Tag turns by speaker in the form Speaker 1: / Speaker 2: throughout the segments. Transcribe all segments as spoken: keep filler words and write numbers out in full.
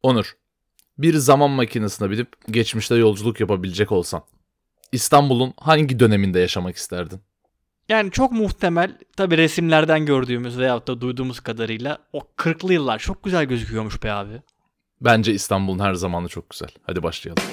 Speaker 1: Onur, bir zaman makinesine binip geçmişte yolculuk yapabilecek olsan, İstanbul'un hangi döneminde yaşamak isterdin?
Speaker 2: Yani çok muhtemel tabii resimlerden gördüğümüz veyahut da duyduğumuz kadarıyla o kırklı yıllar çok güzel gözüküyormuş be abi.
Speaker 1: Bence İstanbul'un her zamanı çok güzel. Hadi başlayalım.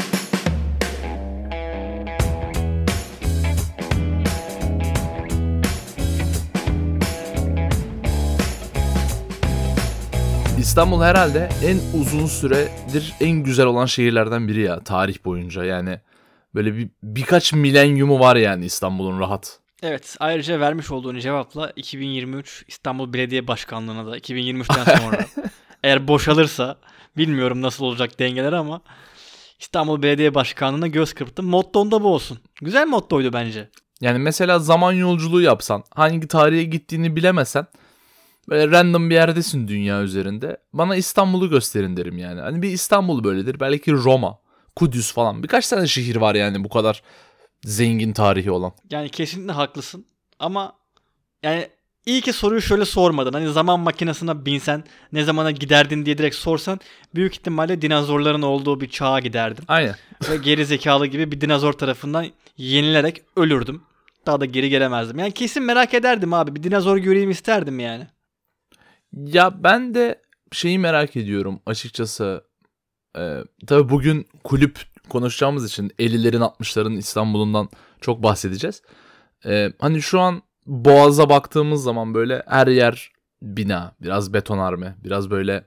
Speaker 1: İstanbul herhalde en uzun süredir en güzel olan şehirlerden biri ya tarih boyunca. Yani böyle bir birkaç milenyumu var yani İstanbul'un rahat.
Speaker 2: Evet, ayrıca vermiş olduğun cevapla iki bin yirmi üç İstanbul Belediye Başkanlığı'na da iki bin yirmi üçten sonra eğer boşalırsa bilmiyorum nasıl olacak dengeler ama İstanbul Belediye Başkanlığı'na göz kırptım. Motton da bu olsun. Güzel mottoydu bence.
Speaker 1: Yani mesela zaman yolculuğu yapsan, hangi tarihe gittiğini bilemesen, böyle random bir yerdesin dünya üzerinde. Bana İstanbul'u gösterin derim yani. Hani bir İstanbul böyledir. Belki Roma, Kudüs falan. Birkaç tane şehir var yani bu kadar zengin tarihi olan.
Speaker 2: Yani kesinlikle haklısın ama yani iyi ki soruyu şöyle sormadın. Hani zaman makinesine binsen ne zamana giderdin diye direkt sorsan büyük ihtimalle dinozorların olduğu bir çağa giderdim.
Speaker 1: Aynen.
Speaker 2: Ve geri zekalı gibi bir dinozor tarafından yenilerek ölürdüm. Daha da geri gelemezdim. Yani kesin merak ederdim abi. Bir dinozor göreyim isterdim yani.
Speaker 1: Ya ben de şeyi merak ediyorum açıkçası. Ee, tabii bugün kulüp konuşacağımız için ellilerin altmışların İstanbul'undan çok bahsedeceğiz. Ee, hani şu an Boğaz'a baktığımız zaman böyle her yer bina, biraz betonarme, biraz böyle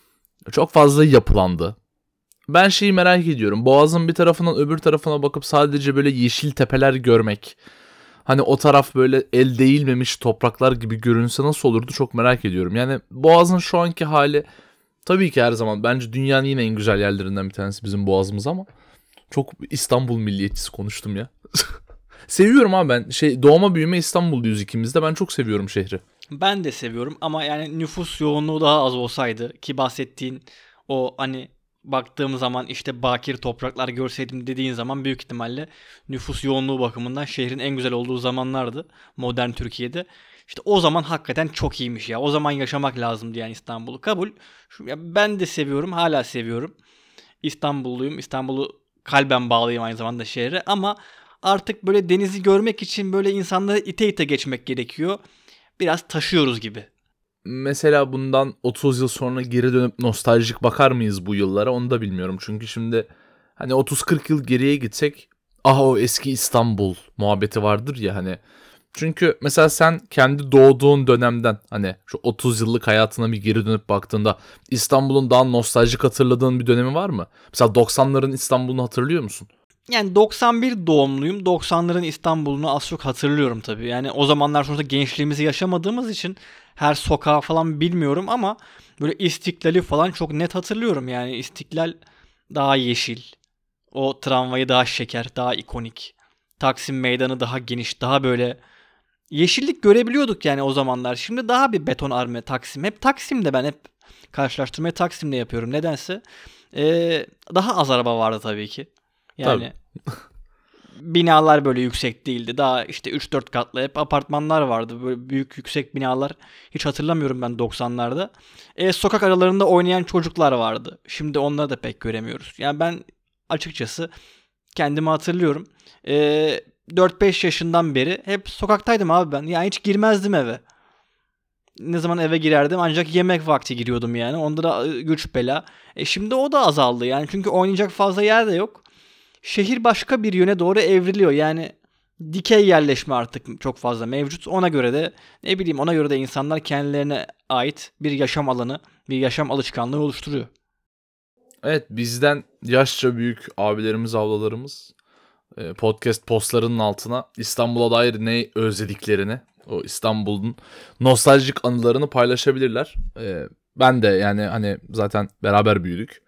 Speaker 1: çok fazla yapılandı. Ben şeyi merak ediyorum. Boğaz'ın bir tarafından öbür tarafına bakıp sadece böyle yeşil tepeler görmek. Hani o taraf böyle el değilmemiş topraklar gibi görünse nasıl olurdu çok merak ediyorum. Yani Boğaz'ın şu anki hali tabii ki her zaman bence dünyanın yine en güzel yerlerinden bir tanesi bizim Boğaz'ımız ama çok İstanbul milliyetçisi konuştum ya. Seviyorum abi ben. Şey doğma büyüme İstanbulluyuz ikimiz de. Ben çok seviyorum şehri.
Speaker 2: Ben de seviyorum ama yani nüfus yoğunluğu daha az olsaydı ki bahsettiğin o hani baktığım zaman işte bakir topraklar görseydim dediğin zaman büyük ihtimalle nüfus yoğunluğu bakımından şehrin en güzel olduğu zamanlardı modern Türkiye'de. İşte o zaman hakikaten çok iyiymiş ya. O zaman yaşamak lazımdı yani İstanbul'u. Kabul. Şu, ya ben de seviyorum, hala seviyorum. İstanbulluyum. İstanbul'u kalben bağlıyım aynı zamanda şehre ama artık böyle denizi görmek için böyle insanları ite ite geçmek gerekiyor. Biraz taşıyoruz gibi.
Speaker 1: Mesela bundan otuz yıl sonra geri dönüp nostaljik bakar mıyız bu yıllara onu da bilmiyorum. Çünkü şimdi hani otuz kırk yıl geriye gitsek ah o eski İstanbul muhabbeti vardır ya hani. Çünkü mesela sen kendi doğduğun dönemden hani şu otuz yıllık hayatına bir geri dönüp baktığında İstanbul'un daha nostaljik hatırladığın bir dönemi var mı? Mesela doksanların İstanbul'unu hatırlıyor musun?
Speaker 2: Yani doksan bir doğumluyum. doksanların İstanbul'unu az çok hatırlıyorum tabii. Yani o zamanlar sonuçta gençliğimizi yaşamadığımız için her sokağı falan bilmiyorum ama böyle İstiklal'i falan çok net hatırlıyorum. Yani İstiklal daha yeşil. O tramvayı daha şeker, daha ikonik. Taksim Meydanı daha geniş, daha böyle yeşillik görebiliyorduk yani o zamanlar. Şimdi daha bir betonarme Taksim. Hep Taksim'de ben hep karşılaştırmayı Taksim'de yapıyorum nedense. Ee, daha az araba vardı tabii ki. Yani
Speaker 1: Tabii.
Speaker 2: binalar böyle yüksek değildi. Daha işte üç dört katlı hep apartmanlar vardı. Böyle büyük yüksek binalar hiç hatırlamıyorum ben doksanlarda. E, sokak aralarında oynayan çocuklar vardı. Şimdi onları da pek göremiyoruz. Yani ben açıkçası kendimi hatırlıyorum. E, dört beş yaşından beri hep sokaktaydım abi ben. Yani hiç girmezdim eve. Ne zaman eve girerdim ancak yemek vakti giriyordum yani. Onda da güç bela. E şimdi o da azaldı yani. Çünkü oynayacak fazla yer de yok. Şehir başka bir yöne doğru evriliyor. Yani dikey yerleşme artık çok fazla mevcut. Ona göre de ne bileyim ona göre de insanlar kendilerine ait bir yaşam alanı, bir yaşam alışkanlığı oluşturuyor.
Speaker 1: Evet bizden yaşça büyük abilerimiz ablalarımız podcast postlarının altına İstanbul'a dair ne özlediklerini o İstanbul'un nostaljik anılarını paylaşabilirler. Ben de yani hani zaten beraber büyüdük.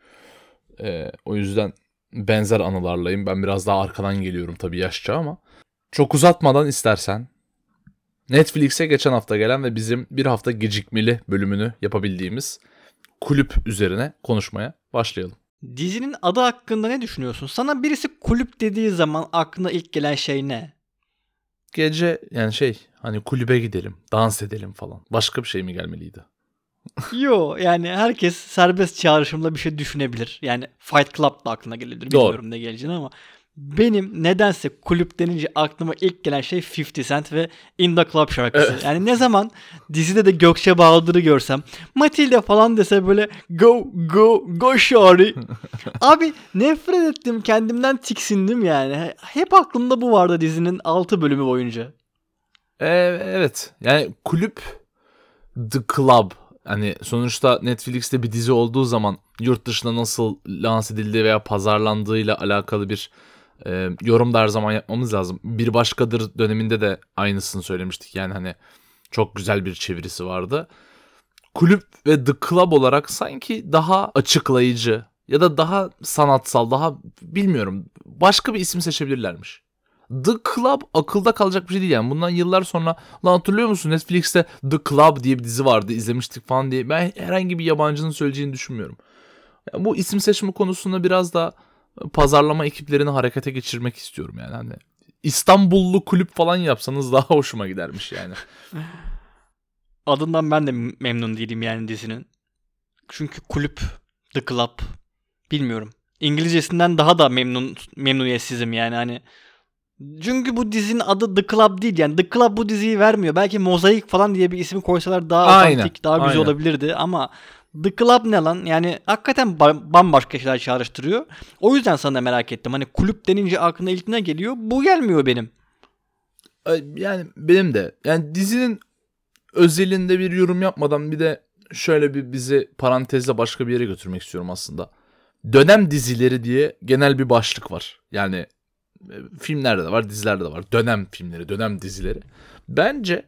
Speaker 1: O yüzden benzer anılarlayım. Ben biraz daha arkadan geliyorum tabii yaşça ama. Çok uzatmadan istersen Netflix'e geçen hafta gelen ve bizim bir hafta gecikmeli bölümünü yapabildiğimiz Kulüp üzerine konuşmaya başlayalım.
Speaker 2: Dizinin adı hakkında ne düşünüyorsun? Sana birisi kulüp dediği zaman aklına ilk gelen şey ne?
Speaker 1: Gece yani şey hani kulübe gidelim, dans edelim falan. Başka bir şey mi gelmeliydi?
Speaker 2: Yo yani herkes serbest çağrışımla bir şey düşünebilir. Yani Fight Club da aklına gelebilir.
Speaker 1: Doğru.
Speaker 2: Bilmiyorum ne geleceğini ama benim nedense kulüp denince aklıma ilk gelen şey fifty Cent ve In The Club şarkısı.
Speaker 1: Evet.
Speaker 2: Yani ne zaman dizide de Gökçe Bahadır'ı görsem, Matilda falan dese böyle go go go shorty. Abi nefret ettim, kendimden tiksindim yani. Hep aklımda bu vardı dizinin altı bölümü boyunca.
Speaker 1: Ee, evet. Yani kulüp The Club. Hani sonuçta Netflix'te bir dizi olduğu zaman yurt dışında nasıl lanse edildiği veya pazarlandığıyla alakalı bir e, yorum da her zaman yapmamız lazım. Bir Başkadır döneminde de aynısını söylemiştik. Yani hani çok güzel bir çevirisi vardı. Kulüp ve The Club olarak sanki daha açıklayıcı ya da daha sanatsal, daha bilmiyorum, başka bir isim seçebilirlermiş. The Club akılda kalacak bir şey değil yani. Bundan yıllar sonra lan hatırlıyor musun Netflix'te The Club diye bir dizi vardı, izlemiştik falan diye. Ben herhangi bir yabancının söyleyeceğini düşünmüyorum. Yani bu isim seçme konusunda biraz da pazarlama ekiplerini harekete geçirmek istiyorum yani. Hani İstanbullu kulüp falan yapsanız daha hoşuma gidermiş yani.
Speaker 2: Adından ben de memnun değilim yani dizinin. Çünkü kulüp, The Club, bilmiyorum. İngilizcesinden daha da memnun memnuniyetsizim yani hani. Çünkü bu dizinin adı The Club değil yani. The Club bu diziyi vermiyor. Belki Mozaik falan diye bir ismi koysalar daha
Speaker 1: Aynen,
Speaker 2: otantik, daha güzel
Speaker 1: aynen.
Speaker 2: olabilirdi ama The Club ne lan? Yani hakikaten ba- bambaşka şeyler çağrıştırıyor. O yüzden sana merak ettim. Hani kulüp denince aklına ilk ne geliyor? Bu gelmiyor benim.
Speaker 1: Yani benim de. Yani dizinin özelinde bir yorum yapmadan bir de şöyle bir bizi parantezle başka bir yere götürmek istiyorum aslında. Dönem dizileri diye genel bir başlık var. Yani e, filmlerde de var, dizilerde de var. Dönem filmleri, dönem dizileri. Bence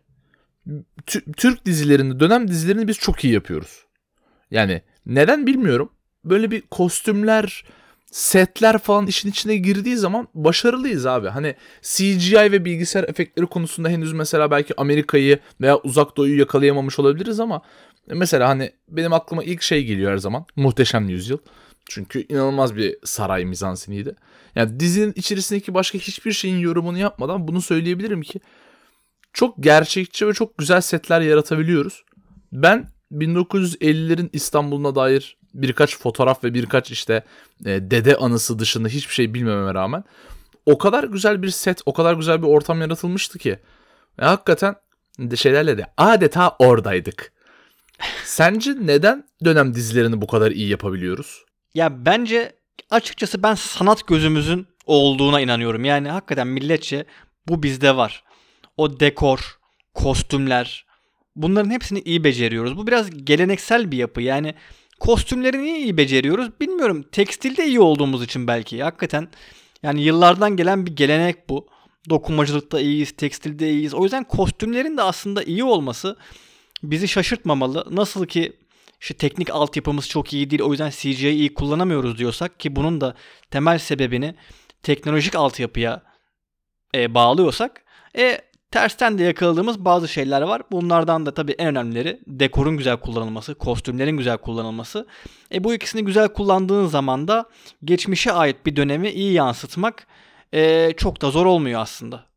Speaker 1: Tü- Türk dizilerini, dönem dizilerini biz çok iyi yapıyoruz. Yani neden bilmiyorum. Böyle bir kostümler, setler falan işin içine girdiği zaman başarılıyız abi. Hani C G I ve bilgisayar efektleri konusunda henüz mesela belki Amerika'yı veya Uzak Doğu'yu yakalayamamış olabiliriz ama mesela hani benim aklıma ilk şey geliyor her zaman. Muhteşem Yüzyıl. Çünkü inanılmaz bir saray mizanseniydi. Yani dizinin içerisindeki başka hiçbir şeyin yorumunu yapmadan bunu söyleyebilirim ki çok gerçekçi ve çok güzel setler yaratabiliyoruz. Ben bin dokuz yüz ellilerin İstanbul'una dair birkaç fotoğraf ve birkaç işte e, dede anısı dışında hiçbir şey bilmememe rağmen o kadar güzel bir set, o kadar güzel bir ortam yaratılmıştı ki. Ve hakikaten de şeylerle de adeta oradaydık. Sence neden dönem dizilerini bu kadar iyi yapabiliyoruz?
Speaker 2: Ya bence açıkçası ben sanat gözümüzün olduğuna inanıyorum. Yani hakikaten milletçe bu bizde var. O dekor, kostümler, bunların hepsini iyi beceriyoruz. Bu biraz geleneksel bir yapı. Yani kostümleri niye iyi beceriyoruz bilmiyorum. Tekstilde iyi olduğumuz için belki. Hakikaten yani yıllardan gelen bir gelenek bu. Dokumacılıkta iyiyiz, tekstilde iyiyiz. O yüzden kostümlerin de aslında iyi olması bizi şaşırtmamalı. Nasıl ki işte teknik altyapımız çok iyi değil, o yüzden C G I'yi iyi kullanamıyoruz diyorsak ki bunun da temel sebebini teknolojik altyapıya e, bağlıyorsak e, tersten de yakaladığımız bazı şeyler var. Bunlardan da tabii en önemlileri dekorun güzel kullanılması, kostümlerin güzel kullanılması. E, bu ikisini güzel kullandığın zaman da geçmişe ait bir dönemi iyi yansıtmak e, çok da zor olmuyor aslında.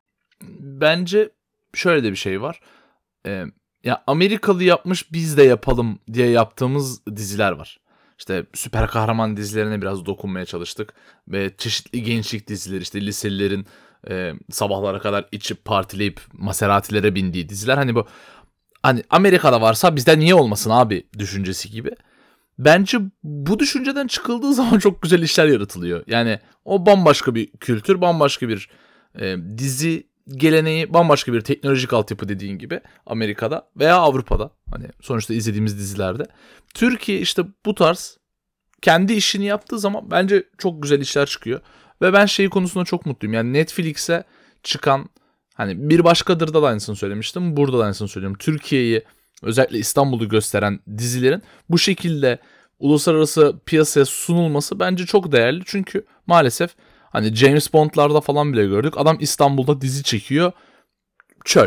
Speaker 1: Bence şöyle de bir şey var. Ee, ya Amerikalı yapmış biz de yapalım diye yaptığımız diziler var. İşte süper kahraman dizilerine biraz dokunmaya çalıştık. Ve çeşitli gençlik dizileri, işte liselilerin e, sabahlara kadar içip partileyip Maseratilere bindiği diziler. Hani bu, hani Amerika'da varsa bizde niye olmasın abi düşüncesi gibi. Bence bu düşünceden çıkıldığı zaman çok güzel işler yaratılıyor. Yani o bambaşka bir kültür, bambaşka bir e, dizi geleneği, bambaşka bir teknolojik altyapı dediğin gibi Amerika'da veya Avrupa'da. Hani sonuçta izlediğimiz dizilerde. Türkiye işte bu tarz kendi işini yaptığı zaman bence çok güzel işler çıkıyor. Ve ben şey konusunda çok mutluyum. Yani Netflix'e çıkan, hani Bir Başkadır da aynısını söylemiştim. Burada da aynısını söylüyorum. Türkiye'yi, özellikle İstanbul'u gösteren dizilerin bu şekilde uluslararası piyasaya sunulması bence çok değerli. Çünkü maalesef hani James Bond'larda falan bile gördük. Adam İstanbul'da dizi çekiyor. Çöl.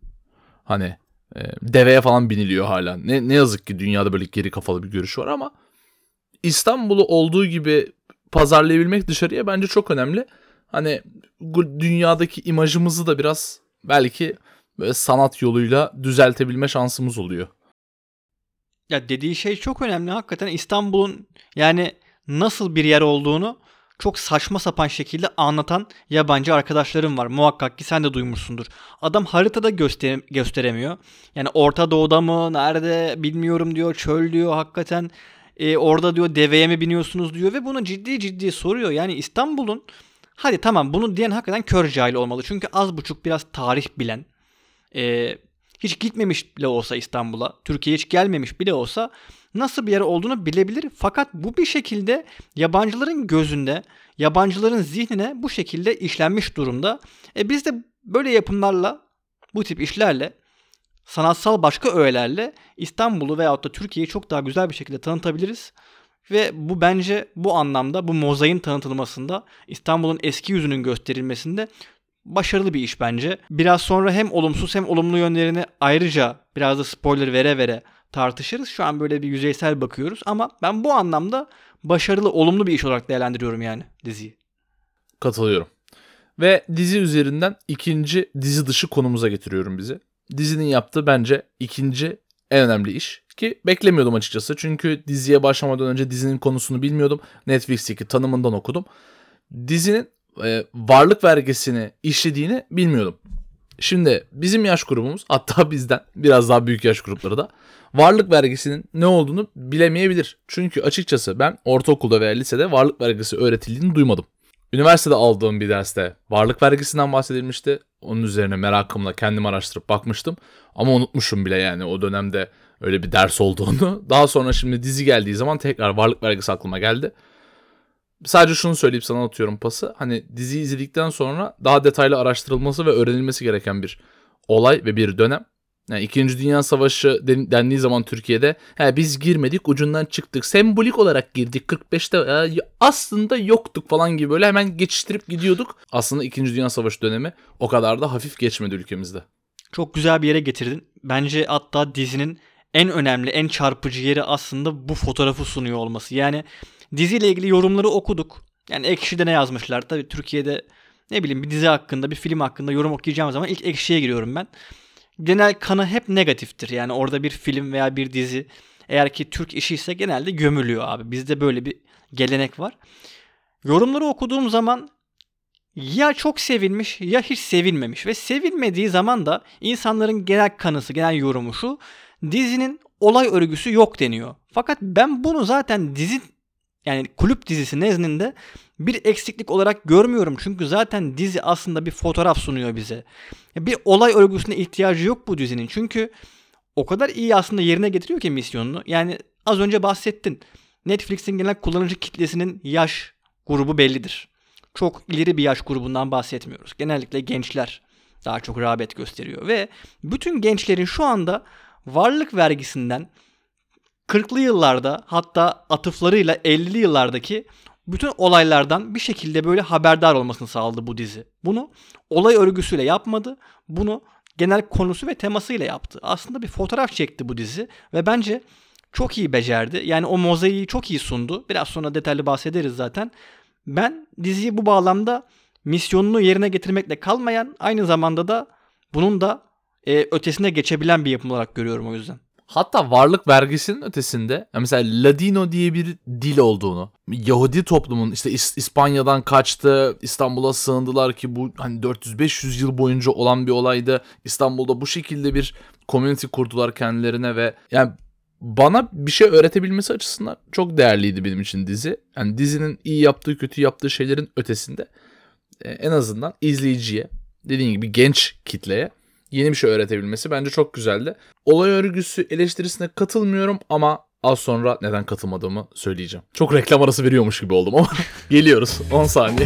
Speaker 1: Hani e, deveye falan biniliyor hala. Ne, ne yazık ki dünyada böyle geri kafalı bir görüş var ama İstanbul'u olduğu gibi pazarlayabilmek dışarıya bence çok önemli. Hani bu dünyadaki imajımızı da biraz belki böyle sanat yoluyla düzeltebilme şansımız oluyor.
Speaker 2: Ya dediği şey çok önemli. Hakikaten İstanbul'un yani nasıl bir yer olduğunu çok saçma sapan şekilde anlatan yabancı arkadaşlarım var. Muhakkak ki sen de duymuşsundur. Adam haritada göster gösteremiyor. Yani Orta Doğu'da mı, nerede bilmiyorum diyor, çöl diyor hakikaten. E, orada diyor deveye mi biniyorsunuz diyor ve bunu ciddi ciddi soruyor. Yani İstanbul'un, hadi tamam, bunu diyen hakikaten kör cahil olmalı. Çünkü az buçuk biraz tarih bilen, e, hiç gitmemiş bile olsa İstanbul'a, Türkiye'ye hiç gelmemiş bile olsa nasıl bir yer olduğunu bilebilir. Fakat bu bir şekilde yabancıların gözünde, yabancıların zihnine bu şekilde işlenmiş durumda. E biz de böyle yapımlarla, bu tip işlerle, sanatsal başka öğelerle İstanbul'u veyahut da Türkiye'yi çok daha güzel bir şekilde tanıtabiliriz. Ve bu bence bu anlamda, bu mozaiğin tanıtılmasında, İstanbul'un eski yüzünün gösterilmesinde başarılı bir iş bence. Biraz sonra hem olumsuz hem olumlu yönlerini ayrıca biraz da spoiler vere vere tartışırız. Şu an böyle bir yüzeysel bakıyoruz ama ben bu anlamda başarılı, olumlu bir iş olarak değerlendiriyorum yani diziyi.
Speaker 1: Katılıyorum. Ve dizi üzerinden ikinci dizi dışı konumuza getiriyorum bizi. Dizinin yaptığı bence ikinci en önemli iş. Ki beklemiyordum açıkçası. Çünkü diziye başlamadan önce dizinin konusunu bilmiyordum. Netflix'teki tanımından okudum. Dizinin e, varlık vergisini işlediğini bilmiyordum. Şimdi bizim yaş grubumuz, hatta bizden biraz daha büyük yaş grupları da varlık vergisinin ne olduğunu bilemeyebilir. Çünkü açıkçası ben ortaokulda veya lisede varlık vergisi öğretildiğini duymadım. Üniversitede aldığım bir derste varlık vergisinden bahsedilmişti. Onun üzerine merakımla kendim araştırıp bakmıştım. Ama unutmuşum bile yani o dönemde öyle bir ders olduğunu. Daha sonra şimdi dizi geldiği zaman tekrar varlık vergisi aklıma geldi. Sadece şunu söyleyip sana atıyorum pası. Hani diziyi izledikten sonra daha detaylı araştırılması ve öğrenilmesi gereken bir olay ve bir dönem. Yani İkinci Dünya Savaşı dendiği zaman Türkiye'de he, biz girmedik ucundan çıktık. Sembolik olarak girdik kırk beşte ya, aslında yoktuk falan gibi böyle hemen geçiştirip gidiyorduk. Aslında İkinci Dünya Savaşı dönemi o kadar da hafif geçmedi ülkemizde.
Speaker 2: Çok güzel bir yere getirdin. Bence hatta dizinin en önemli, en çarpıcı yeri aslında bu fotoğrafı sunuyor olması. Yani diziyle ilgili yorumları okuduk. Yani Ekşi'de ne yazmışlar? Tabii Türkiye'de ne bileyim bir dizi hakkında, bir film hakkında yorum okuyacağım zaman ilk Ekşi'ye giriyorum ben. Genel kanı hep negatiftir. Yani orada bir film veya bir dizi eğer ki Türk işi ise genelde gömülüyor abi. Bizde böyle bir gelenek var. Yorumları okuduğum zaman ya çok sevilmiş ya hiç sevilmemiş ve sevilmediği zaman da insanların genel kanısı, genel yorumu şu: dizinin olay örgüsü yok deniyor. Fakat ben bunu zaten dizi, yani kulüp dizisi nezdinde bir eksiklik olarak görmüyorum. Çünkü zaten dizi aslında bir fotoğraf sunuyor bize. Bir olay örgüsüne ihtiyacı yok bu dizinin. Çünkü o kadar iyi aslında yerine getiriyor ki misyonunu. Yani az önce bahsettin. Netflix'in genel kullanıcı kitlesinin yaş grubu bellidir. Çok ileri bir yaş grubundan bahsetmiyoruz. Genellikle gençler daha çok rağbet gösteriyor. Ve bütün gençlerin şu anda varlık vergisinden kırklı yıllarda, hatta atıflarıyla ellili yıllardaki bütün olaylardan bir şekilde böyle haberdar olmasını sağladı bu dizi. Bunu olay örgüsüyle yapmadı. Bunu genel konusu ve temasıyla yaptı. Aslında bir fotoğraf çekti bu dizi ve bence çok iyi becerdi. Yani o mozaiği çok iyi sundu. Biraz sonra detaylı bahsederiz zaten. Ben diziyi bu bağlamda misyonunu yerine getirmekle kalmayan, aynı zamanda da bunun da e, ötesine geçebilen bir yapım olarak görüyorum o yüzden.
Speaker 1: Hatta varlık vergisinin ötesinde ya mesela Ladino diye bir dil olduğunu, Yahudi toplumun işte İs- İspanya'dan kaçtı, İstanbul'a sığındılar ki bu hani dört yüz beş yüz yıl boyunca olan bir olaydı. İstanbul'da bu şekilde bir community kurdular kendilerine ve yani bana bir şey öğretebilmesi açısından çok değerliydi benim için dizi. Yani dizinin iyi yaptığı, kötü yaptığı şeylerin ötesinde en azından izleyiciye, dediğim gibi genç kitleye yeni bir şey öğretebilmesi bence çok güzeldi. Olay örgüsü eleştirisine katılmıyorum ama az sonra neden katılmadığımı söyleyeceğim. Çok reklam arası veriyormuş gibi oldum ama geliyoruz. on saniye.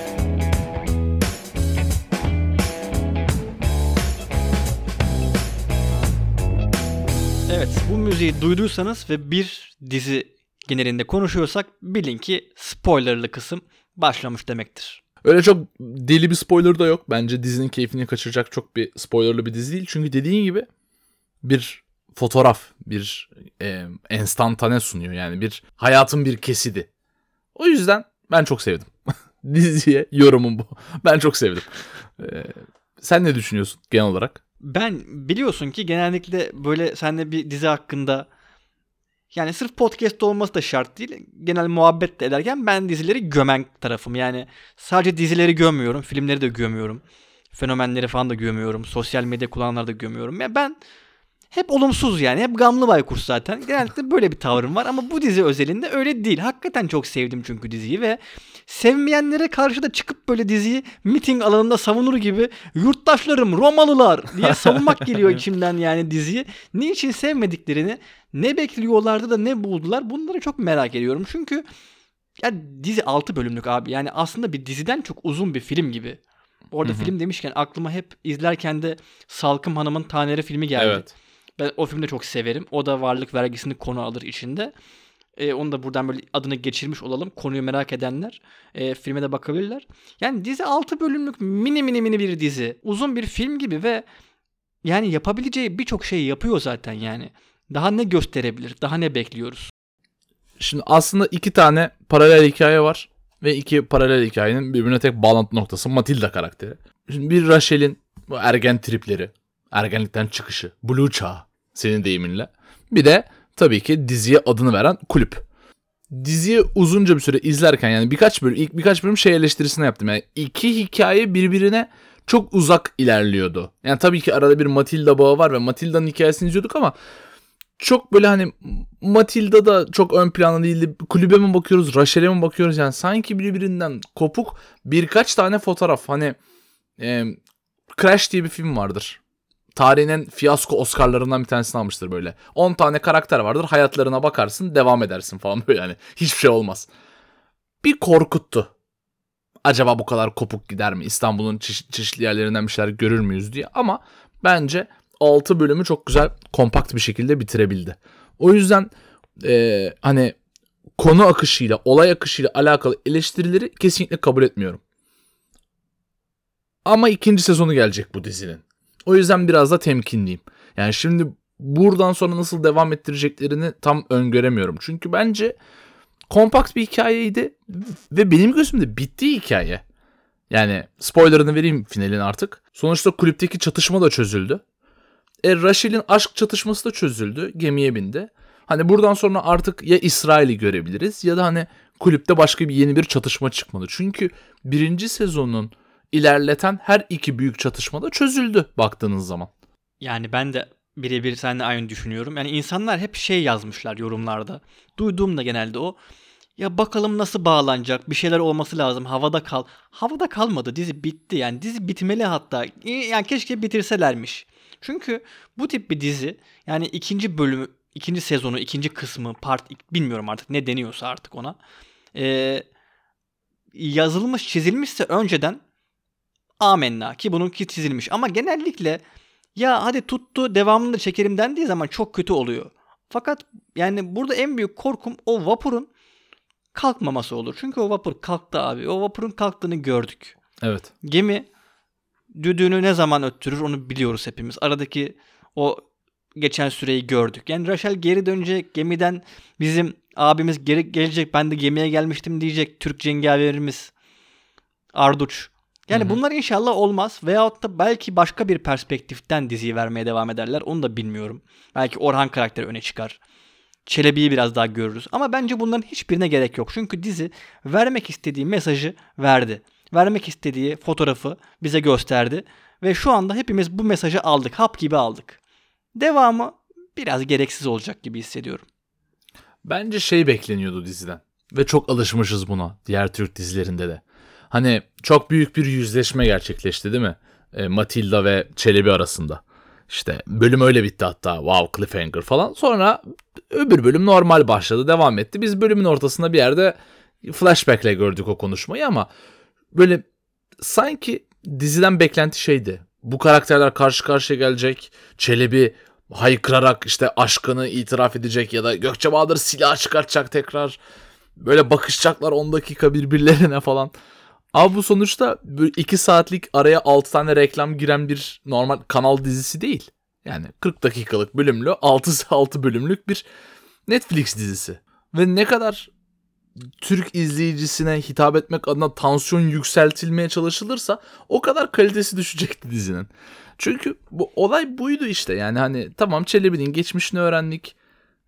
Speaker 2: Evet, bu müziği duyduysanız ve bir dizi genelinde konuşuyorsak bilin ki spoilerlı kısım başlamış demektir.
Speaker 1: Öyle çok deli bir spoiler da yok. Bence dizinin keyfini kaçıracak çok bir spoilerlı bir dizi değil. Çünkü dediğin gibi bir fotoğraf, bir e, enstantane sunuyor. Yani bir hayatın bir kesidi. O yüzden ben çok sevdim. Diziye yorumum bu. Ben çok sevdim. Ee, sen ne düşünüyorsun genel olarak?
Speaker 2: Ben biliyorsun ki genellikle böyle seninle bir dizi hakkında Yani sırf podcast olması da şart değil. Genel muhabbet de ederken ben dizileri gömen tarafım. Yani sadece dizileri gömüyorum. Filmleri de gömüyorum. Fenomenleri falan da gömüyorum. Sosyal medya kullananları da gömüyorum. Ya ben hep olumsuz yani. Hep gamlı baykuş zaten. Genellikle böyle bir tavrım var ama bu dizi özelinde öyle değil. Hakikaten çok sevdim çünkü diziyi ve sevmeyenlere karşı da çıkıp böyle diziyi miting alanında savunur gibi yurttaşlarım Romalılar diye savunmak geliyor içimden yani diziyi. Niçin sevmediklerini, ne bekliyorlardı da ne buldular bunları çok merak ediyorum. Çünkü ya dizi altı bölümlük abi. Yani aslında bir diziden çok uzun bir film gibi. Orada
Speaker 1: Hı hı.
Speaker 2: film demişken aklıma hep izlerken de Salkım Hanım'ın Taneri filmi geldi.
Speaker 1: Evet.
Speaker 2: Ben o filmi de çok severim. O da varlık vergisini konu alır içinde. Ee, onu da buradan böyle adını geçirmiş olalım. Konuyu merak edenler e, filme de bakabilirler. Yani dizi altı bölümlük mini mini mini bir dizi. Uzun bir film gibi ve yani yapabileceği birçok şeyi yapıyor zaten yani. Daha ne gösterebilir? Daha ne bekliyoruz?
Speaker 1: Şimdi aslında iki tane paralel hikaye var. Ve iki paralel hikayenin birbirine tek bağlantı noktası Matilda karakteri. Şimdi bir Rachel'in bu ergen tripleri, ergenlikten çıkışı, Blue çağı senin deyiminle. Bir de tabii ki diziye adını veren kulüp. Diziyi uzunca bir süre izlerken yani birkaç bölüm, ilk birkaç bölüm şey eleştirisine yaptım. Yani iki hikaye birbirine çok uzak ilerliyordu. Yani tabii ki arada bir Matilda bağı var ve Matilda'nın hikayesini izliyorduk ama çok böyle hani Matilda da çok ön planda değildi. Kulübe mi bakıyoruz, Rachel'e mi bakıyoruz? Yani sanki birbirinden kopuk birkaç tane fotoğraf. Hani e, Crash diye bir film vardır. Tarihin en fiyasko Oscar'larından bir tanesini almıştır böyle. on tane karakter vardır. Hayatlarına bakarsın, devam edersin falan böyle yani. Hiçbir şey olmaz. Bir korkuttu. Acaba bu kadar kopuk gider mi? İstanbul'un çeşit, çeşitli yerlerinden bir şeyler görür müyüz diye. Ama bence altı bölümü çok güzel, kompakt bir şekilde bitirebildi. O yüzden e, hani konu akışıyla, olay akışıyla alakalı eleştirileri kesinlikle kabul etmiyorum. Ama ikinci sezonu gelecek bu dizinin. O yüzden biraz da temkinliyim. Yani şimdi buradan sonra nasıl devam ettireceklerini tam öngöremiyorum. Çünkü bence kompakt bir hikayeydi ve benim gözümde bitti hikaye. Yani spoilerını vereyim finalin artık. Sonuçta kulüpteki çatışma da çözüldü. E, Rachel'in aşk çatışması da çözüldü. Gemiye bindi. Hani buradan sonra artık ya İsrail'i görebiliriz ya da hani kulüpte başka bir yeni bir çatışma çıkmalı. Çünkü birinci sezonun ilerleten her iki büyük çatışma da çözüldü baktığınız zaman.
Speaker 2: Yani ben de birebir seninle aynı düşünüyorum. Yani insanlar hep şey yazmışlar yorumlarda. Duyduğum da genelde o. Ya bakalım nasıl bağlanacak? Bir şeyler olması lazım. Havada kal. Havada kalmadı. Dizi bitti. Yani dizi bitmeli hatta. Yani keşke bitirselermiş. Çünkü bu tip bir dizi yani ikinci bölümü, ikinci sezonu, ikinci kısmı, part bilmiyorum artık ne deniyorsa artık ona. Ee, yazılmış, çizilmişse önceden amenna ki bununki çizilmiş. Ama genellikle ya hadi tuttu devamını da çekelim dendiği zaman çok kötü oluyor. Fakat yani burada en büyük korkum o vapurun kalkmaması olur. Çünkü o vapur kalktı abi. O vapurun kalktığını gördük.
Speaker 1: Evet.
Speaker 2: Gemi düdüğünü ne zaman öttürür onu biliyoruz hepimiz. Aradaki o geçen süreyi gördük. Yani Rachel geri dönecek. Gemiden bizim abimiz geri gelecek. Ben de gemiye gelmiştim diyecek. Türk cengaverimiz Arduç. Yani
Speaker 1: Hı hı.
Speaker 2: bunlar inşallah olmaz. Veyahut da belki başka bir perspektiften diziyi vermeye devam ederler. Onu da bilmiyorum. Belki Orhan karakteri öne çıkar. Çelebi'yi biraz daha görürüz. Ama bence bunların hiçbirine gerek yok. Çünkü dizi vermek istediği mesajı verdi. Vermek istediği fotoğrafı bize gösterdi. Ve şu anda hepimiz bu mesajı aldık. Hap gibi aldık. Devamı biraz gereksiz olacak gibi hissediyorum.
Speaker 1: Bence şey bekleniyordu diziden. Ve çok alışmışız buna diğer Türk dizilerinde de. Hani çok büyük bir yüzleşme gerçekleşti değil mi? E, Matilda ve Çelebi arasında. İşte bölüm öyle bitti hatta. Wow, cliffhanger falan. Sonra öbür bölüm normal başladı. Devam etti. Biz bölümün ortasında bir yerde flashback'le gördük o konuşmayı ama böyle sanki diziden beklenti şeydi. Bu karakterler karşı karşıya gelecek. Çelebi haykırarak işte aşkını itiraf edecek ya da Gökçe Bahadır silah çıkartacak tekrar. Böyle bakışacaklar on dakika birbirlerine falan. Ama bu sonuçta iki saatlik araya altı tane reklam giren bir normal kanal dizisi değil. Yani kırk dakikalık bölümlü altı altı bölümlük bir Netflix dizisi. Ve ne kadar Türk izleyicisine hitap etmek adına tansiyon yükseltilmeye çalışılırsa o kadar kalitesi düşecekti dizinin. Çünkü bu olay buydu işte. Yani hani tamam Çelebi'nin geçmişini öğrendik.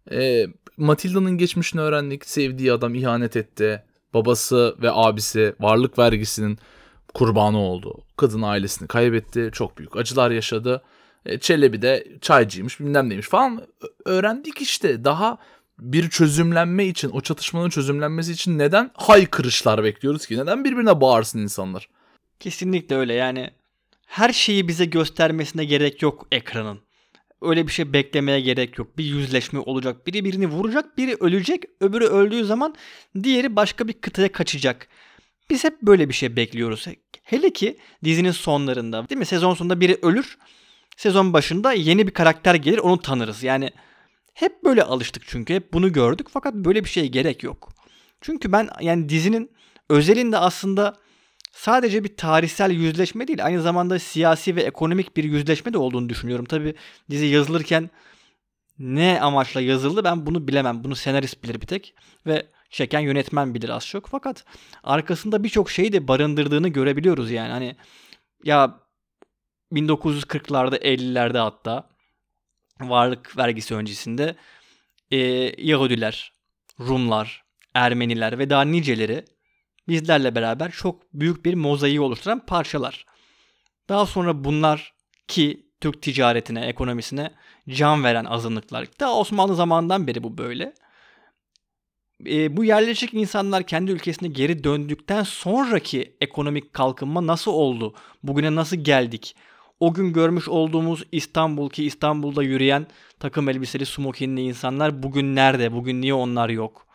Speaker 1: E, Matilda'nın geçmişini öğrendik. Sevdiği adam ihanet etti. Babası ve abisi varlık vergisinin kurbanı oldu. Kadın ailesini kaybetti. Çok büyük acılar yaşadı. E, Çelebi de çaycıymış bilmem neymiş falan. Ö- öğrendik işte. Daha bir çözümlenme için, o çatışmanın çözümlenmesi için neden haykırışlar bekliyoruz ki? Neden birbirine bağırsın insanlar?
Speaker 2: Kesinlikle öyle, yani her şeyi bize göstermesine gerek yok ekranın. Öyle bir şey beklemeye gerek yok. Bir yüzleşme olacak. Biri birini vuracak, biri ölecek. Öbürü öldüğü zaman diğeri başka bir kıtaya kaçacak. Biz hep böyle bir şey bekliyoruz. Hele ki dizinin sonlarında, değil mi? Sezon sonunda biri ölür. Sezon başında yeni bir karakter gelir, onu tanırız. Yani hep böyle alıştık çünkü. Hep bunu gördük fakat böyle bir şeye gerek yok. Çünkü ben yani dizinin özelinde aslında sadece bir tarihsel yüzleşme değil, aynı zamanda siyasi ve ekonomik bir yüzleşme de olduğunu düşünüyorum. Tabii dizi yazılırken ne amaçla yazıldı ben bunu bilemem. Bunu senarist bilir bir tek ve çeken yönetmen bilir az çok. Fakat arkasında birçok şeyi de barındırdığını görebiliyoruz yani. Hani ya bin dokuz yüz kırklarda ellilerde hatta varlık vergisi öncesinde e, Yahudiler, Rumlar, Ermeniler ve daha niceleri bizlerle beraber çok büyük bir mozaiği oluşturan parçalar. Daha sonra bunlar ki Türk ticaretine, ekonomisine can veren azınlıklar. Daha Osmanlı zamanından beri bu böyle. E, bu yerleşik insanlar kendi ülkesine geri döndükten sonraki ekonomik kalkınma nasıl oldu? Bugüne nasıl geldik? O gün görmüş olduğumuz İstanbul, ki İstanbul'da yürüyen takım elbiseli smokinli insanlar bugün nerede? Bugün niye onlar yok?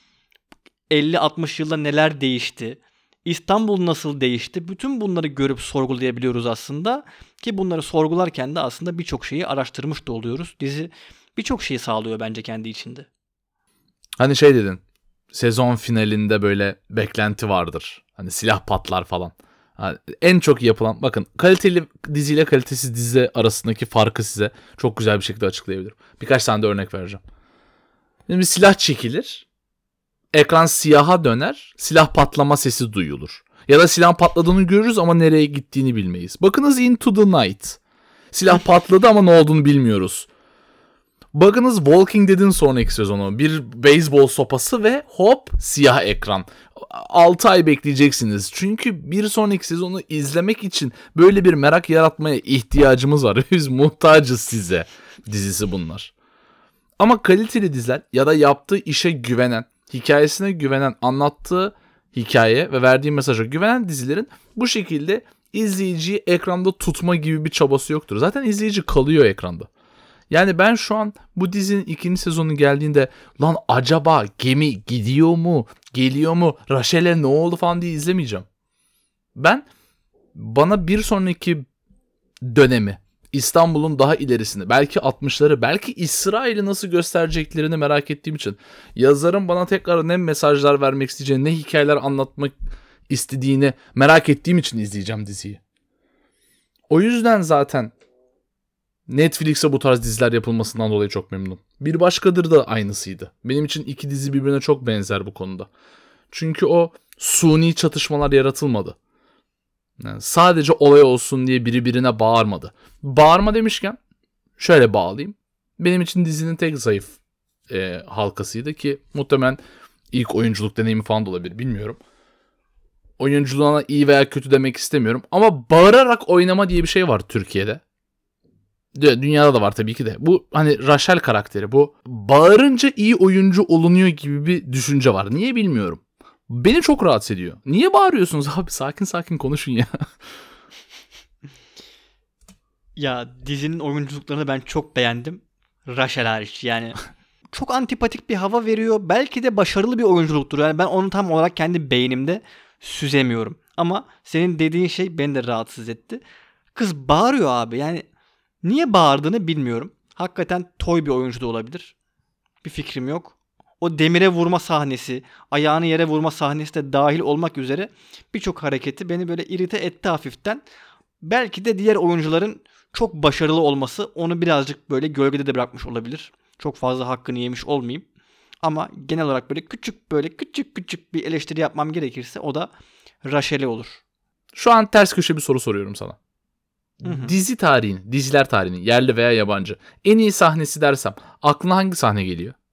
Speaker 2: elli altmış yılda neler değişti? İstanbul nasıl değişti? Bütün bunları görüp sorgulayabiliyoruz aslında. Ki bunları sorgularken de aslında birçok şeyi araştırmış da oluyoruz. Dizi birçok şeyi sağlıyor bence kendi içinde.
Speaker 1: Hani şey dedin, sezon finalinde böyle beklenti vardır. Hani silah patlar falan. Yani en çok yapılan, bakın kaliteli diziyle kalitesiz dizi arasındaki farkı size çok güzel bir şekilde açıklayabilirim. Birkaç tane de örnek vereceğim. Şimdi bir silah çekilir. Ekran siyaha döner. Silah patlama sesi duyulur. Ya da silah patladığını görürüz ama nereye gittiğini bilmeyiz. Bakınız Into the Night. Silah patladı ama ne olduğunu bilmiyoruz. Bakınız Walking Dead'in sonraki sezonu. Bir beyzbol sopası ve hop siyah ekran. altı ay bekleyeceksiniz. Çünkü bir sonraki sezonu izlemek için böyle bir merak yaratmaya ihtiyacımız var. Biz muhtacız size dizisi bunlar. Ama kaliteli diziler ya da yaptığı işe güvenen, hikayesine güvenen, anlattığı hikaye ve verdiği mesaja güvenen dizilerin bu şekilde izleyiciyi ekranda tutma gibi bir çabası yoktur. Zaten izleyici kalıyor ekranda. Yani ben şu an bu dizinin ikinci sezonu geldiğinde lan acaba gemi gidiyor mu, geliyor mu, Rachel'e ne oldu falan diye izlemeyeceğim. Ben bana bir sonraki dönemi, İstanbul'un daha ilerisini, belki altmışları, belki İsrail'i nasıl göstereceklerini merak ettiğim için, yazarın bana tekrar ne mesajlar vermek isteyeceğini, ne hikayeler anlatmak istediğini merak ettiğim için izleyeceğim diziyi. O yüzden zaten Netflix'e bu tarz diziler yapılmasından dolayı çok memnunum. Bir Başkadır da aynısıydı. Benim için iki dizi birbirine çok benzer bu konuda. Çünkü o suni çatışmalar yaratılmadı. Yani sadece olay olsun diye biri birine bağırmadı. Bağırma demişken şöyle bağlayayım. Benim için dizinin tek zayıf e, halkasıydı ki muhtemelen ilk oyunculuk deneyimi falan da olabilir, bilmiyorum. Oyunculuğuna iyi veya kötü demek istemiyorum. Ama bağırarak oynama diye bir şey var Türkiye'de. Dünyada da var tabii ki de. Bu hani Rachel karakteri, bu bağırınca iyi oyuncu olunuyor gibi bir düşünce var. Niye bilmiyorum. Beni çok rahatsız ediyor. Niye bağırıyorsunuz abi? Sakin sakin konuşun ya.
Speaker 2: Ya dizinin oyunculuklarını ben çok beğendim. Rachel hariç yani. Çok antipatik bir hava veriyor. Belki de başarılı bir oyunculuktur. Yani ben onu tam olarak kendi beynimde süzemiyorum. Ama senin dediğin şey beni de rahatsız etti. Kız bağırıyor abi. Yani niye bağırdığını bilmiyorum. Hakikaten toy bir oyuncu da olabilir. Bir fikrim yok. O demire vurma sahnesi, ayağını yere vurma sahnesi de dahil olmak üzere birçok hareketi beni böyle irite etti hafiften. Belki de diğer oyuncuların çok başarılı olması onu birazcık böyle gölgede de bırakmış olabilir. Çok fazla hakkını yemiş olmayayım. Ama genel olarak böyle küçük böyle küçük küçük bir eleştiri yapmam gerekirse o da Rachel'e olur.
Speaker 1: Şu an ters köşe bir soru soruyorum sana.
Speaker 2: Hı hı.
Speaker 1: Dizi tarihini, diziler tarihini, yerli veya yabancı, en iyi sahnesi dersem aklına hangi sahne geliyor?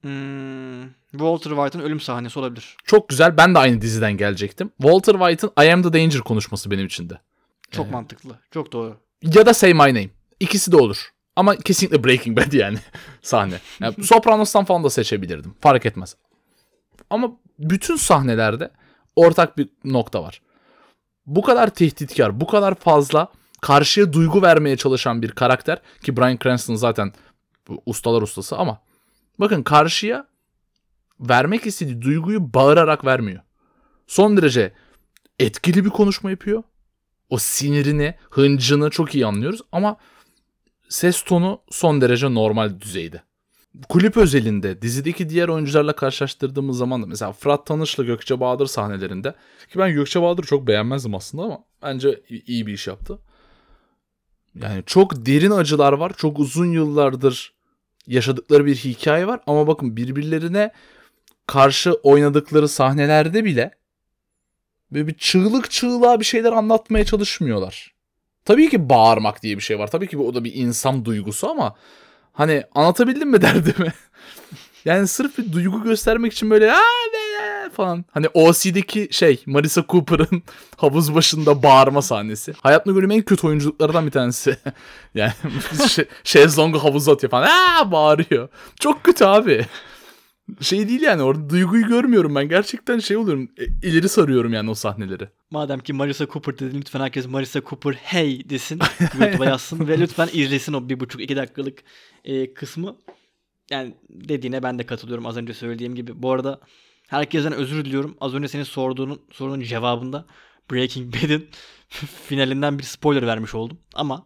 Speaker 2: Hmm, Walter White'ın ölüm sahnesi olabilir.
Speaker 1: Çok güzel. Ben de aynı diziden gelecektim. Walter White'ın I Am The Danger konuşması benim için de.
Speaker 2: Çok
Speaker 1: Ee,
Speaker 2: mantıklı. Çok doğru.
Speaker 1: Ya da Say My Name. İkisi de olur. Ama kesinlikle Breaking Bad yani sahne. Yani Sopranos'tan falan da seçebilirdim. Fark etmez. Ama bütün sahnelerde ortak bir nokta var. Bu kadar tehditkar, bu kadar fazla karşıya duygu vermeye çalışan bir karakter ki Bryan Cranston zaten ustalar ustası ama bakın karşıya vermek istediği duyguyu bağırarak vermiyor. Son derece etkili bir konuşma yapıyor. O sinirini, hıncını çok iyi anlıyoruz ama ses tonu son derece normal düzeyde. Kulüp özelinde dizideki diğer oyuncularla karşılaştırdığımız zaman da mesela Fırat Tanış'la Gökçe Bahadır sahnelerinde ki ben Gökçe Bahadır'ı çok beğenmezdim aslında ama bence iyi bir iş yaptı. Yani çok derin acılar var. Çok uzun yıllardır yaşadıkları bir hikaye var ama bakın birbirlerine karşı oynadıkları sahnelerde bile böyle bir çığlık çığlığa bir şeyler anlatmaya çalışmıyorlar. Tabii ki bağırmak diye bir şey var. Tabii ki o da bir insan duygusu ama hani anlatabildim mi derdimi? Yani sırf bir duygu göstermek için böyle aa be falan. Hani O C'deki şey Marissa Cooper'ın havuz başında bağırma sahnesi. Hayatımda gördüğüm en kötü oyunculuklardan bir tanesi. Yani şey, şezlongu havuza atıyor falan. Aa bağırıyor. Çok kötü abi. Şey değil yani orada duyguyu görmüyorum ben. Gerçekten şey oluyorum. E, ileri sarıyorum yani o sahneleri.
Speaker 2: Madem ki Marissa Cooper dedin lütfen herkes Marissa Cooper hey desin. YouTube'a yazsın ve lütfen izlesin o bir buçuk iki dakikalık e, kısmı. Yani dediğine ben de katılıyorum az önce söylediğim gibi. Bu arada herkesten özür diliyorum. Az önce senin sorduğunun sorunun cevabında Breaking Bad'in finalinden bir spoiler vermiş oldum. Ama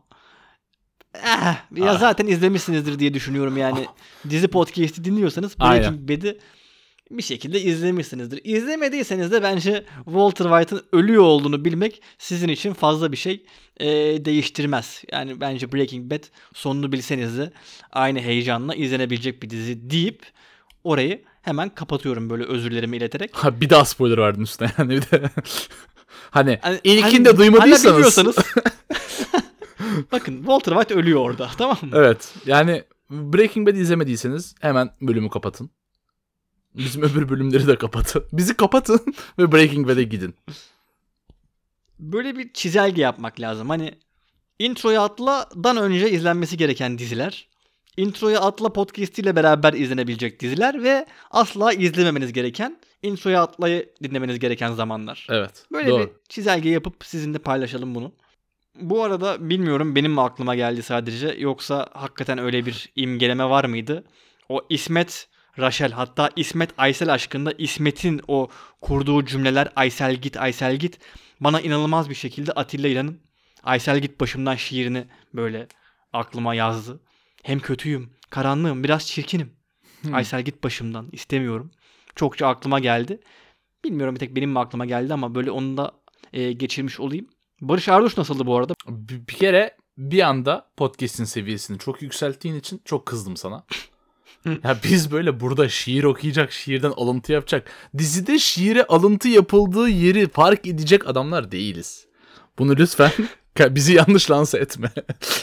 Speaker 2: eh, ya
Speaker 1: Ah.
Speaker 2: zaten izlemişsinizdir diye düşünüyorum yani. Dizi podcast'i dinliyorsanız Breaking Bad'i bir şekilde izlemişsinizdir. İzlemediyseniz de bence Walter White'ın ölüyor olduğunu bilmek sizin için fazla bir şey e, değiştirmez. Yani bence Breaking Bad sonunu bilseniz de aynı heyecanla izlenebilecek bir dizi deyip orayı hemen kapatıyorum böyle özürlerimi ileterek.
Speaker 1: Ha bir daha spoiler verdin üstüne yani bir de. hani,
Speaker 2: Hani,
Speaker 1: ilkini
Speaker 2: hani,
Speaker 1: de duymadıysanız.
Speaker 2: Hani bilmiyorsanız. Bakın Walter White ölüyor orada, tamam mı?
Speaker 1: Evet. Yani Breaking Bad izlemediyseniz hemen bölümü kapatın. Bizim öbür bölümleri de kapatın. Bizi kapatın ve Breaking Bad'e gidin.
Speaker 2: Böyle bir çizelge yapmak lazım. Hani Intro'ya Atla'dan önce izlenmesi gereken diziler, Intro'ya Atla podcast ile beraber izlenebilecek diziler ve asla izlememeniz gereken, Intro'ya Atla'yı dinlemeniz gereken zamanlar.
Speaker 1: Evet.
Speaker 2: Böyle
Speaker 1: doğru.
Speaker 2: bir çizelge yapıp sizinle paylaşalım bunu. Bu arada bilmiyorum benim mi aklıma geldi sadece yoksa hakikaten öyle bir imgeleme var mıydı? O İsmet Raşel, hatta İsmet Aysel aşkında İsmet'in o kurduğu cümleler Aysel git Aysel git bana inanılmaz bir şekilde Atilla İlhan'ın Aysel git başımdan şiirini böyle aklıma yazdı. Hem kötüyüm, karanlığım, biraz çirkinim. Hmm. Aysel git başımdan, istemiyorum. Çokça aklıma geldi. Bilmiyorum bir tek benim mi aklıma geldi ama böyle onu da e, geçirmiş olayım. Barış Arduç nasıldı bu arada?
Speaker 1: Bir, bir kere bir anda podcast'in seviyesini çok yükselttiğin için çok kızdım sana. Ya biz böyle burada şiir okuyacak, şiirden alıntı yapacak, dizide şiire alıntı yapıldığı yeri fark edecek adamlar değiliz. Bunu lütfen bizi yanlış lanse etme.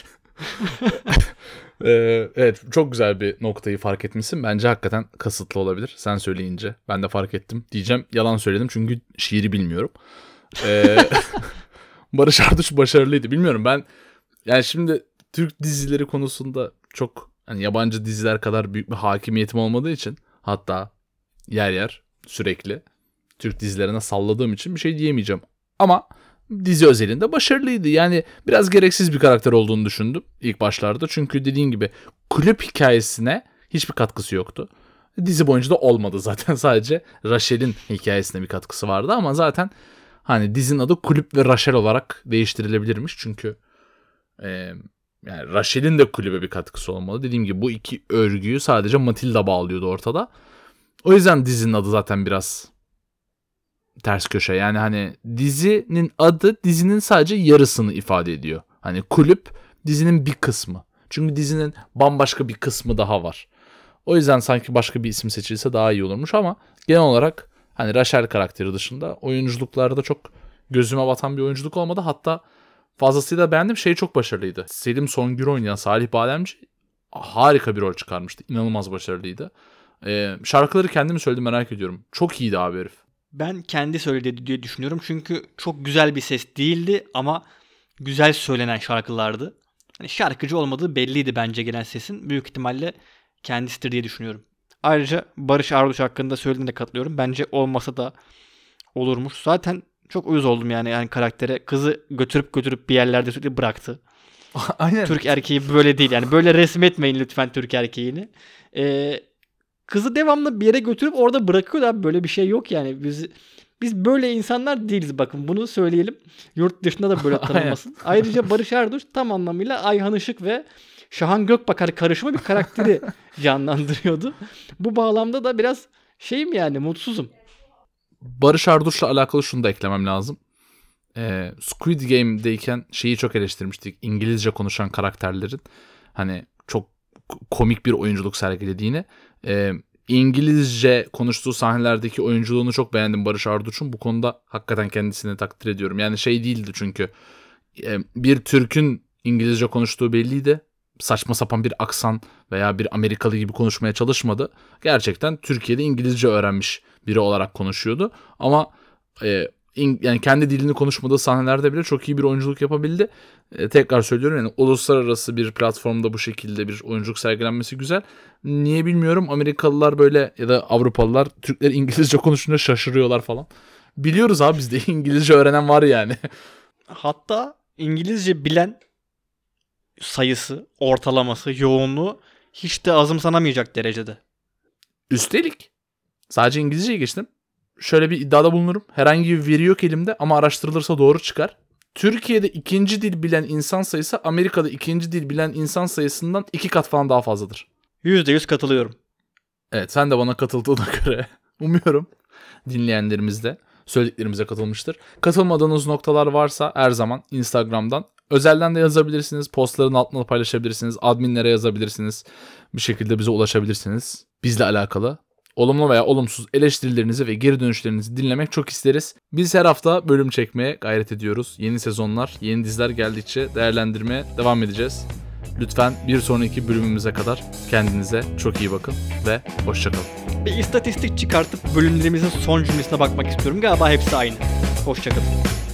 Speaker 1: ee, evet çok güzel bir noktayı fark etmişsin. Bence hakikaten kasıtlı olabilir. Sen söyleyince ben de fark ettim. Diyeceğim yalan söyledim çünkü şiiri bilmiyorum. Ee, Barış Arduç başarılıydı. Bilmiyorum ben yani şimdi Türk dizileri konusunda çok hani yabancı diziler kadar büyük bir hakimiyetim olmadığı için hatta yer yer sürekli Türk dizilerine salladığım için bir şey diyemeyeceğim. Ama dizi özelinde başarılıydı. Yani biraz gereksiz bir karakter olduğunu düşündüm ilk başlarda. Çünkü dediğin gibi kulüp hikayesine hiçbir katkısı yoktu. Dizi boyunca da olmadı zaten. Sadece Rachel'in hikayesine bir katkısı vardı ama zaten hani dizinin adı Kulüp ve Rachel olarak değiştirilebilirmiş. Çünkü e, yani Rachel'in de kulübe bir katkısı olmalı. Dediğim gibi bu iki örgüyü sadece Matilda bağlıyordu ortada. O yüzden dizinin adı zaten biraz ters köşe. Yani hani dizinin adı dizinin sadece yarısını ifade ediyor. Hani kulüp dizinin bir kısmı. Çünkü dizinin bambaşka bir kısmı daha var. O yüzden sanki başka bir isim seçilse daha iyi olurmuş ama genel olarak hani Rachel karakteri dışında oyunculuklarda çok gözüme batan bir oyunculuk olmadı. Hatta fazlasıyla beğendim. Şey çok başarılıydı. Selim Songül oynayan Salih Bademci harika bir rol çıkarmıştı. İnanılmaz başarılıydı. Ee, şarkıları kendim söyledim, merak ediyorum. Çok iyiydi abi herif.
Speaker 2: Ben kendi söyledi diye düşünüyorum. Çünkü çok güzel bir ses değildi ama güzel söylenen şarkılardı. Hani şarkıcı olmadığı belliydi bence genel sesin. Büyük ihtimalle kendisidir diye düşünüyorum. Ayrıca Barış Arduç hakkında söylediğine katılıyorum. Bence olmasa da olurmuş. Zaten çok uyuz oldum yani yani karaktere. Kızı götürüp götürüp bir yerlerde sürekli bıraktı.
Speaker 1: Aynen.
Speaker 2: Türk erkeği böyle değil yani. Böyle resmetmeyin lütfen Türk erkeğini. Ee, kızı devamlı bir yere götürüp orada bırakıyor abi. Böyle bir şey yok yani. Biz biz böyle insanlar değiliz, bakın bunu söyleyelim. Yurt dışında da böyle tanınmasın. Ayrıca Barış Arduç tam anlamıyla Ayhan Işık ve Şahan Gökbakar karışımı bir karakteri canlandırıyordu. Bu bağlamda da biraz şeyim yani, mutsuzum.
Speaker 1: Barış Arduç'la alakalı şunu da eklemem lazım. Ee, Squid Game'deyken şeyi çok eleştirmiştik. İngilizce konuşan karakterlerin hani çok komik bir oyunculuk sergilediğini. Ee, İngilizce konuştuğu sahnelerdeki oyunculuğunu çok beğendim Barış Arduç'un. Bu konuda hakikaten kendisini takdir ediyorum. Yani şey değildi çünkü e, bir Türk'ün İngilizce konuştuğu belliydi. Saçma sapan bir aksan veya bir Amerikalı gibi konuşmaya çalışmadı. Gerçekten Türkiye'de İngilizce öğrenmiş biri olarak konuşuyordu. Ama e, in, yani kendi dilini konuşmadığı sahnelerde bile çok iyi bir oyunculuk yapabildi. E, tekrar söylüyorum, yani uluslararası bir platformda bu şekilde bir oyunculuk sergilenmesi güzel. Niye bilmiyorum, Amerikalılar böyle ya da Avrupalılar Türkler İngilizce konuşunca şaşırıyorlar falan. Biliyoruz abi, bizde İngilizce öğrenen var yani.
Speaker 2: Hatta İngilizce bilen sayısı, ortalaması, yoğunluğu hiç de azımsanamayacak derecede.
Speaker 1: Üstelik sadece İngilizceyi geçtim. Şöyle bir iddiada bulunurum. Herhangi bir veri yok elimde ama araştırılırsa doğru çıkar. Türkiye'de ikinci dil bilen insan sayısı Amerika'da ikinci dil bilen insan sayısından iki kat falan daha fazladır.
Speaker 2: yüzde yüz katılıyorum.
Speaker 1: Evet, sen de bana katıldığına göre umuyorum dinleyenlerimiz de söylediklerimize katılmıştır. Katılmadığınız noktalar varsa her zaman Instagram'dan özelden de yazabilirsiniz. Postların altına paylaşabilirsiniz. Adminlere yazabilirsiniz. Bir şekilde bize ulaşabilirsiniz. Bizle alakalı olumlu veya olumsuz eleştirilerinizi ve geri dönüşlerinizi dinlemek çok isteriz. Biz her hafta bölüm çekmeye gayret ediyoruz. Yeni sezonlar, yeni diziler geldikçe değerlendirmeye devam edeceğiz. Lütfen bir sonraki bölümümüze kadar kendinize çok iyi bakın ve hoşçakalın.
Speaker 2: Bir istatistik çıkartıp bölümlerimizin son cümlesine bakmak istiyorum. Galiba hepsi aynı. Hoşçakalın.